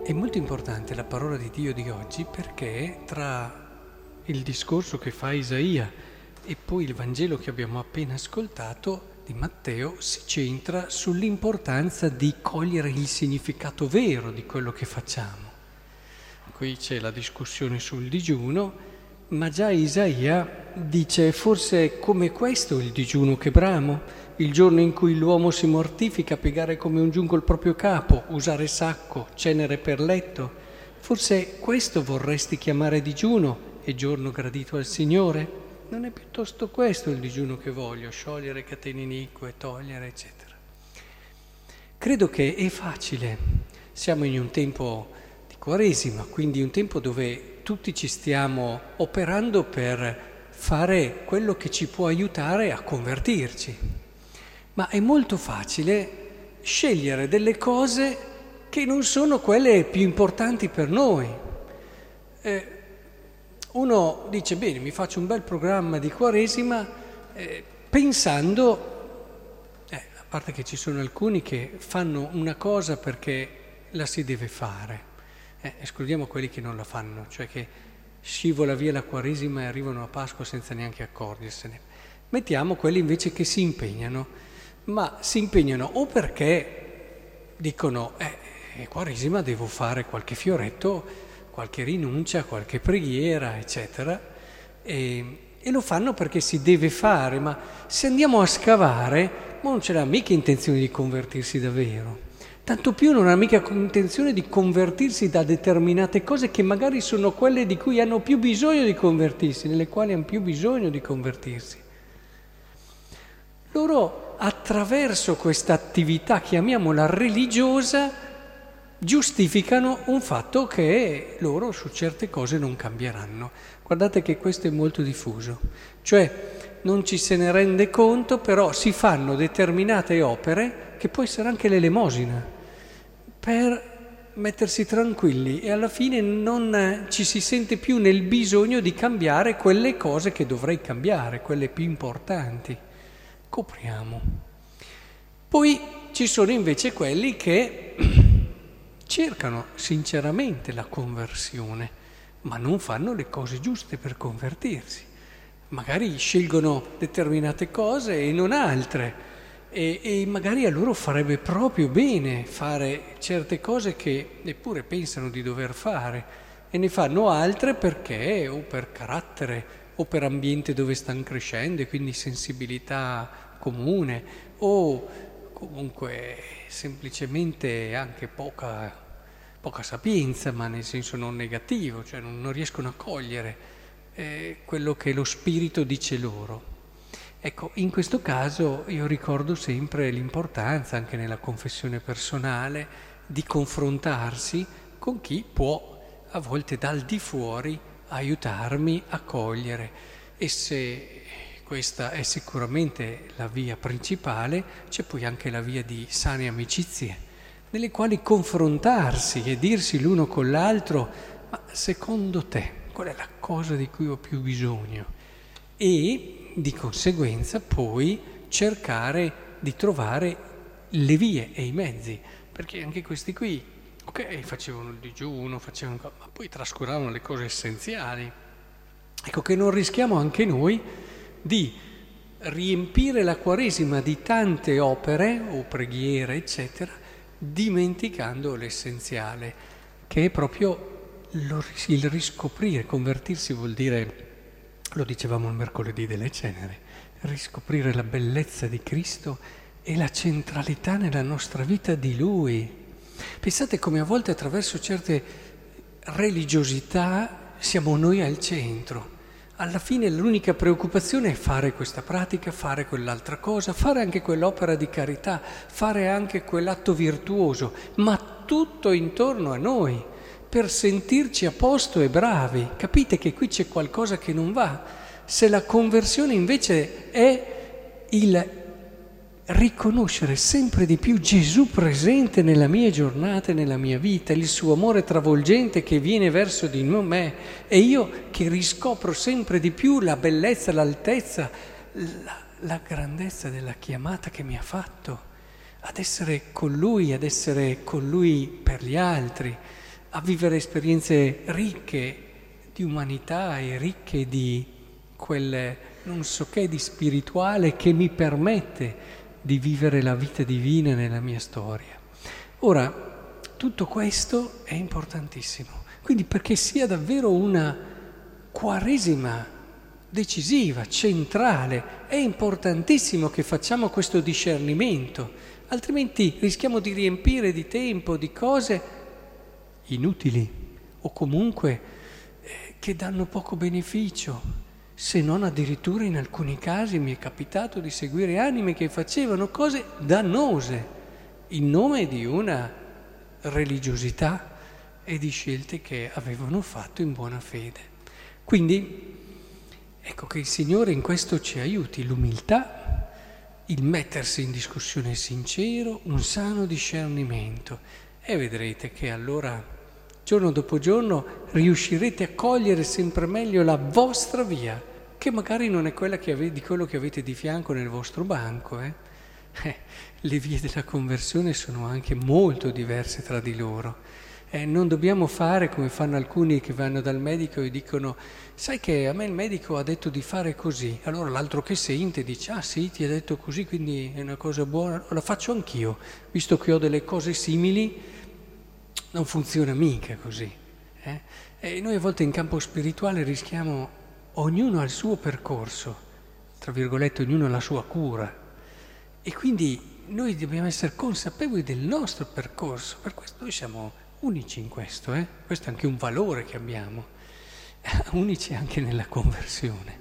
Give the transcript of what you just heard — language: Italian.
È molto importante la parola di Dio di oggi perché tra il discorso che fa Isaia e poi il Vangelo che abbiamo appena ascoltato di Matteo si centra sull'importanza di cogliere il significato vero di quello che facciamo. Qui c'è la discussione sul digiuno, ma già Isaia dice forse è come questo il digiuno che bramo, il giorno in cui l'uomo si mortifica, piegare come un giunco il proprio capo, usare sacco, cenere per letto. Forse questo vorresti chiamare digiuno e giorno gradito al Signore? Non è piuttosto questo il digiuno che voglio, sciogliere catene inique, togliere, eccetera. Credo che è facile, siamo in un tempo di Quaresima, quindi un tempo dove tutti ci stiamo operando per fare quello che ci può aiutare a convertirci. Ma è molto facile scegliere delle cose che non sono quelle più importanti per noi. Uno dice, bene, mi faccio un bel programma di Quaresima pensando, a parte che ci sono alcuni che fanno una cosa perché la si deve fare, escludiamo quelli che non la fanno, cioè che scivola via la Quaresima e arrivano a Pasqua senza neanche accorgersene. Mettiamo quelli invece che si impegnano, ma si impegnano o perché dicono Quaresima devo fare qualche fioretto, qualche rinuncia, qualche preghiera, eccetera, e lo fanno perché si deve fare, ma se andiamo a scavare non ce l'ha mica intenzione di convertirsi davvero, tanto più non ha mica intenzione di convertirsi da determinate cose che magari sono quelle di cui hanno più bisogno di convertirsi, nelle quali hanno più bisogno di convertirsi. Loro attraverso questa attività, chiamiamola religiosa, giustificano un fatto che loro su certe cose non cambieranno. Guardate che questo è molto diffuso, cioè non ci se ne rende conto, però si fanno determinate opere, che può essere anche l'elemosina, per mettersi tranquilli e alla fine non ci si sente più nel bisogno di cambiare quelle cose che dovrei cambiare, quelle più importanti. Copriamo. Poi ci sono invece quelli che cercano sinceramente la conversione, ma non fanno le cose giuste per convertirsi. Magari scelgono determinate cose e non altre, e magari a loro farebbe proprio bene fare certe cose che neppure pensano di dover fare, e ne fanno altre perché o per carattere o per ambiente dove stanno crescendo e quindi sensibilità comune, o comunque semplicemente anche poca sapienza, ma nel senso non negativo, cioè non riescono a cogliere quello che lo spirito dice loro. Ecco, in questo caso io ricordo sempre l'importanza, anche nella confessione personale, di confrontarsi con chi può, a volte dal di fuori, aiutarmi a cogliere. E se questa è sicuramente la via principale, c'è poi anche la via di sane amicizie, nelle quali confrontarsi e dirsi l'uno con l'altro, ma secondo te qual è la cosa di cui ho più bisogno? E di conseguenza poi cercare di trovare le vie e i mezzi, perché anche questi qui, ok, facevano il digiuno, ma poi trascuravano le cose essenziali. Ecco che non rischiamo anche noi di riempire la Quaresima di tante opere o preghiere, eccetera, dimenticando l'essenziale, che è proprio il riscoprire. Convertirsi vuol dire, lo dicevamo il mercoledì delle ceneri, riscoprire la bellezza di Cristo e la centralità nella nostra vita di Lui. Pensate come a volte attraverso certe religiosità siamo noi al centro. Alla fine l'unica preoccupazione è fare questa pratica, fare quell'altra cosa, fare anche quell'opera di carità, fare anche quell'atto virtuoso, ma tutto intorno a noi, per sentirci a posto e bravi. Capite che qui c'è qualcosa che non va. Se la conversione invece è il riconoscere sempre di più Gesù presente nella mia giornata e nella mia vita, il suo amore travolgente che viene verso di me e io che riscopro sempre di più la bellezza, l'altezza, la grandezza della chiamata che mi ha fatto ad essere con Lui per gli altri, a vivere esperienze ricche di umanità e ricche di quel non so che di spirituale che mi permette di vivere la vita divina nella mia storia. Ora, tutto questo è importantissimo, quindi perché sia davvero una Quaresima decisiva, centrale, è importantissimo che facciamo questo discernimento, altrimenti rischiamo di riempire di tempo, di cose inutili o comunque che danno poco beneficio. Se non addirittura in alcuni casi mi è capitato di seguire anime che facevano cose dannose in nome di una religiosità e di scelte che avevano fatto in buona fede. Quindi ecco che il Signore in questo ci aiuti, l'umiltà, il mettersi in discussione sincero, un sano discernimento, e vedrete che allora giorno dopo giorno riuscirete a cogliere sempre meglio la vostra via, che magari non è quella di quello che avete di fianco nel vostro banco. Le vie della conversione sono anche molto diverse tra di loro. Non dobbiamo fare come fanno alcuni che vanno dal medico e dicono: sai che a me il medico ha detto di fare così. Allora l'altro che sente dice: ah sì, ti ha detto così, quindi è una cosa buona, la faccio anch'io, visto che ho delle cose simili. Non funziona mica così. E noi a volte in campo spirituale rischiamo, ognuno ha il suo percorso, tra virgolette, ognuno ha la sua cura. E quindi noi dobbiamo essere consapevoli del nostro percorso. Per questo noi siamo unici in questo. Questo è anche un valore che abbiamo, unici anche nella conversione.